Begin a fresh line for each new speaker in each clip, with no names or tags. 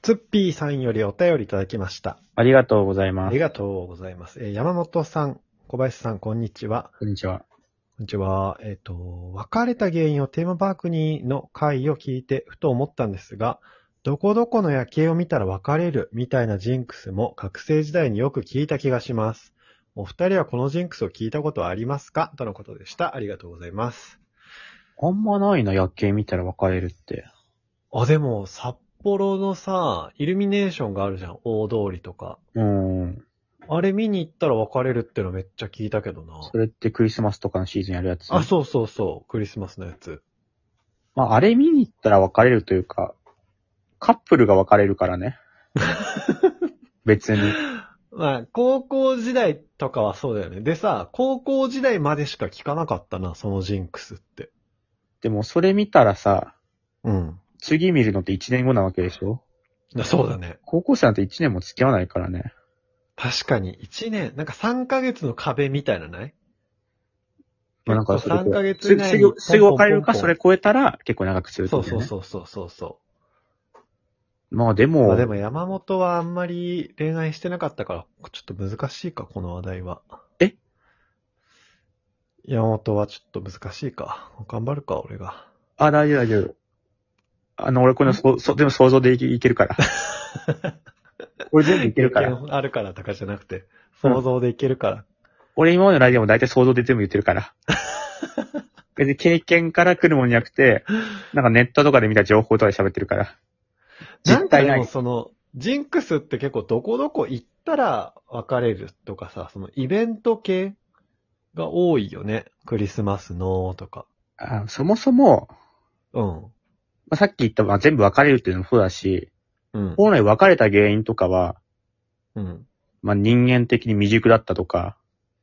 ツッピーさんよりお便りいただきました。
ありがとうございます。
ありがとうございます。山本さん、小林さん、こんにちは。
こんにちは。
こんにちは。別れた原因をテーマパークにの回を聞いてふと思ったんですが、どこどこの夜景を見たら別れるみたいなジンクスも学生時代によく聞いた気がします。お二人はこのジンクスを聞いたことはありますかとのことでした。ありがとうございます。
あんまないな、夜景見たら別れるって。
あ、でも、札幌のさ、イルミネーションがあるじゃん。大通りとか。あれ見に行ったら別れるってのめっちゃ聞いたけどな。
それってクリスマスとかのシーズンやるやつ。
あ、そうそうそう。クリスマスのやつ。
まあ、あれ見に行ったら別れるというか、カップルが別れるからね。別に。
まあ、高校時代とかはそうだよね。でさ、高校時代までしか聞かなかったな、そのジンクスって。
でもそれ見たらさ、
うん。
次見るのって1年後なわけでしょ？
そうだね。
高校生なんて1年も付き合わないからね。
確かに、1年、なんか3ヶ月の壁みたいなない
まあなんか
結構3ヶ月以内
す
に
ぐ別れるか、
ポンポンポンポン
それ超えたら結構長くするって
そう
ことね。
そうそうそうそう。
まあでも、
まあでも山本はあんまり恋愛してなかったから、ちょっと難しいか、この話題は。
え？
山本はちょっと難しいか。頑張るか、俺が。
大丈夫大丈夫。俺このでも想像でいけるから。俺全部いけるから。
経験あるからとかじゃなくて、想像でいけるから。
俺今までのラジオも大体想像で全部言ってるから。別に経験から来るもんじゃなくて、なんかネットとかで見た情報とかで喋ってるから。
なんかで
ない。
もその、ジンクスって結構どこどこ行ったら別れるとかさ、そのイベント系が多いよね。クリスマスのとか。
そもそも、
うん。
まあ、さっき言った、全部別れるっていうのもそうだし、
うん。
本来別れた原因とかは、
うん。
人間的に未熟だったとか、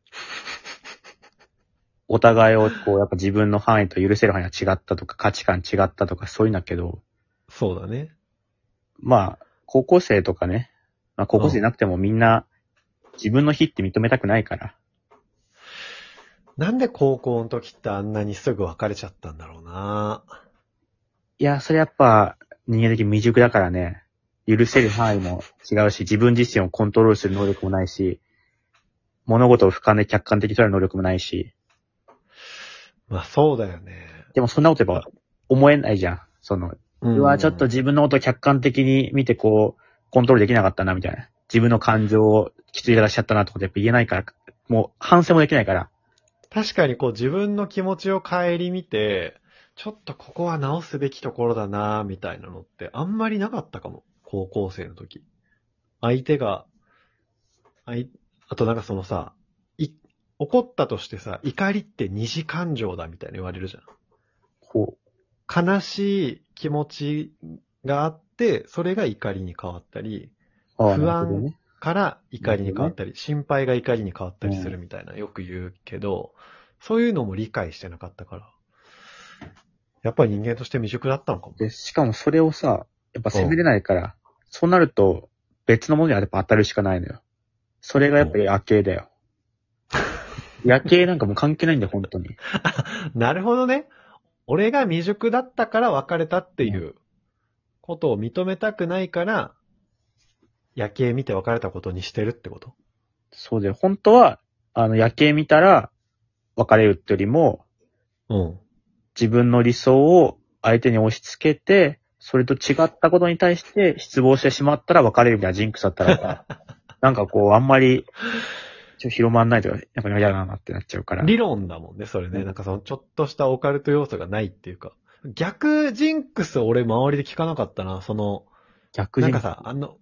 お互いをやっぱ自分の範囲と許せる範囲が違ったとか、価値観違ったとか、そういうんだけど、
そうだね。
高校生とかね、高校生じゃなくてもみんな、自分の非って認めたくないから。
なんで高校の時ってあんなにすぐ別れちゃったんだろうな。
いや、それやっぱ人間的に未熟だからね、許せる範囲も違うし、自分自身をコントロールする能力もないし、物事を俯瞰で客観的に捉える能力もないし。
まあそうだよね。
でもそんなことやっぱ思えないじゃん。ちょっと自分のことを客観的に見てコントロールできなかったな、みたいな。自分の感情をきつい方しちゃったなってことやっぱ言えないから、もう反省もできないから。
確かに自分の気持ちを顧みて、ちょっとここは直すべきところだなみたいなのってあんまりなかったかも。高校生の時。相手が、あとなんかそのさ、怒ったとしてさ、怒りって二次感情だみたいに言われるじゃん。悲しい気持ちがあって、それが怒りに変わったり、不安から怒りに変わったり、心配が怒りに変わったりするみたいなよく言うけど、そういうのも理解してなかったから、やっぱり人間として未熟だったのかも。
で、しかもそれをさ、やっぱ責めれないから、そうなると別のものにやっぱ当たるしかないのよ。それがやっぱり夜景だよ。夜景なんかもう関係ないんだよ、本当に。
なるほどね。俺が未熟だったから別れたっていうことを認めたくないから、夜景見て別れたことにしてるってこと？
そうだよ。本当は、夜景見たら別れるってよりも、自分の理想を相手に押し付けて、それと違ったことに対して失望してしまったら別れるみたいなジンクスだったら、なんかあんまり、広まんないとか、やっぱり嫌だなってなっちゃうから。
理論だもんね、それね。なんかそのちょっとしたオカルト要素がないっていうか。逆ジンクス俺周りで聞かなかったな、
逆ジンクス。
なんかさ、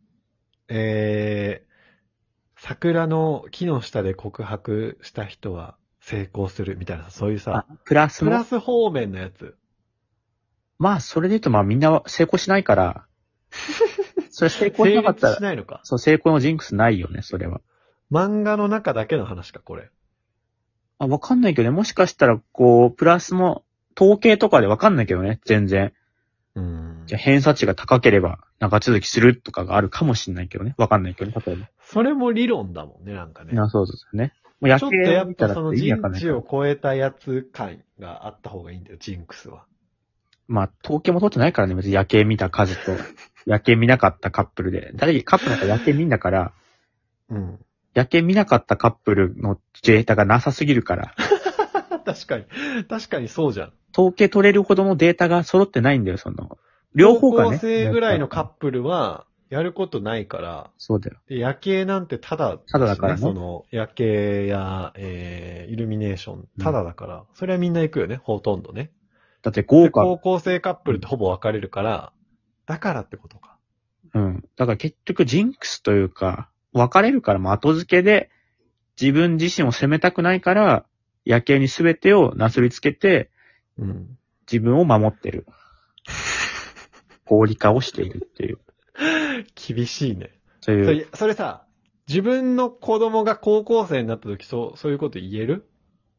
桜の木の下で告白した人は成功するみたいな、そういうさ、
プラス
方面のやつ。
それで言うとみんな成功しないから、それ成功しなかったら、
成立しないのか。
そう、成功のジンクスないよね、それは。
漫画の中だけの話か、これ。
わかんないけどね、もしかしたら、プラスも、統計とかでわかんないけどね、全然。じゃあ偏差値が高ければ長続きするとかがあるかもしんないけどね。わかんないけどね、例えば。
それも理論だもんね、なんかね。
そうですよね。
ちょっとやっぱその人知を超えたやつ感があった方がいいんだよ、ジンクスは。
統計も取ってないからね、別に夜景見た数と、 夜景見なかったカップルで。だってカップルなんか夜景見んだから、
うん。
夜景見なかったカップルのデータがなさすぎるから。
確かに。確かにそうじゃん。
統計取れるほどのデータが揃ってないんだよ、その。両方がね。
高校生ぐらいのカップルは、やることないから、
そうだよ。
で夜景なんてただ、
ただだからね。
その、夜景や、イルミネーション、ただだから、それはみんな行くよね、ほとんどね。
だって豪華。
高校生カップルってほぼ分かれるから、だからってことか。
うん。だから結局ジンクスというか、別れるからも後付けで、自分自身を責めたくないから、夜景に全てをなすりつけて、
うん、
自分を守ってる。合理化をしているっていう。
厳しいね。
そういう。
それさ、自分の子供が高校生になった時、そういうこと言える？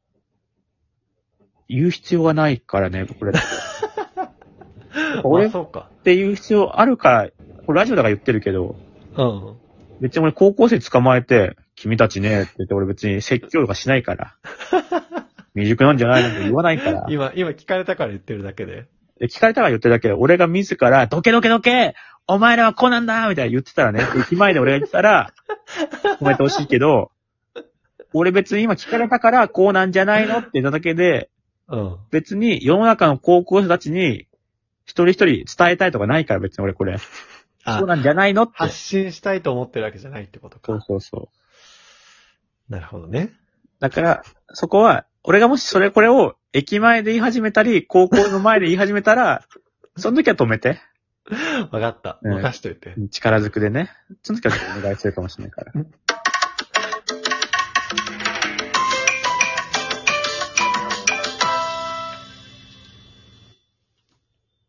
言う必要がないからね、僕ら。
俺って
言う必要あるから、これラジオだから言ってるけど、
うん。
別に俺高校生捕まえて、君たちねって言って俺別に説教とかしないから。未熟なんじゃないのって言わないから。
今聞かれたから言ってるだけで。
聞かれたから言ってるだけで、俺が自ら、どけお前らはこうなんだみたいな言ってたらね、駅前で俺が言ってたら、褒めてほしいけど、俺別に今聞かれたからこうなんじゃないのって言っただけで、
うん。
別に世の中の高校生たちに一人一人伝えたいとかないから別に俺これ。そうなんじゃないのって。
発信したいと思ってるわけじゃないってことか。
そう。
なるほどね。
だから、そこは、俺がもしこれを駅前で言い始めたり、高校の前で言い始めたら、その時は止めて。
わかった。任しといて。
力ずくでね。その時はお願いするかもしれないから。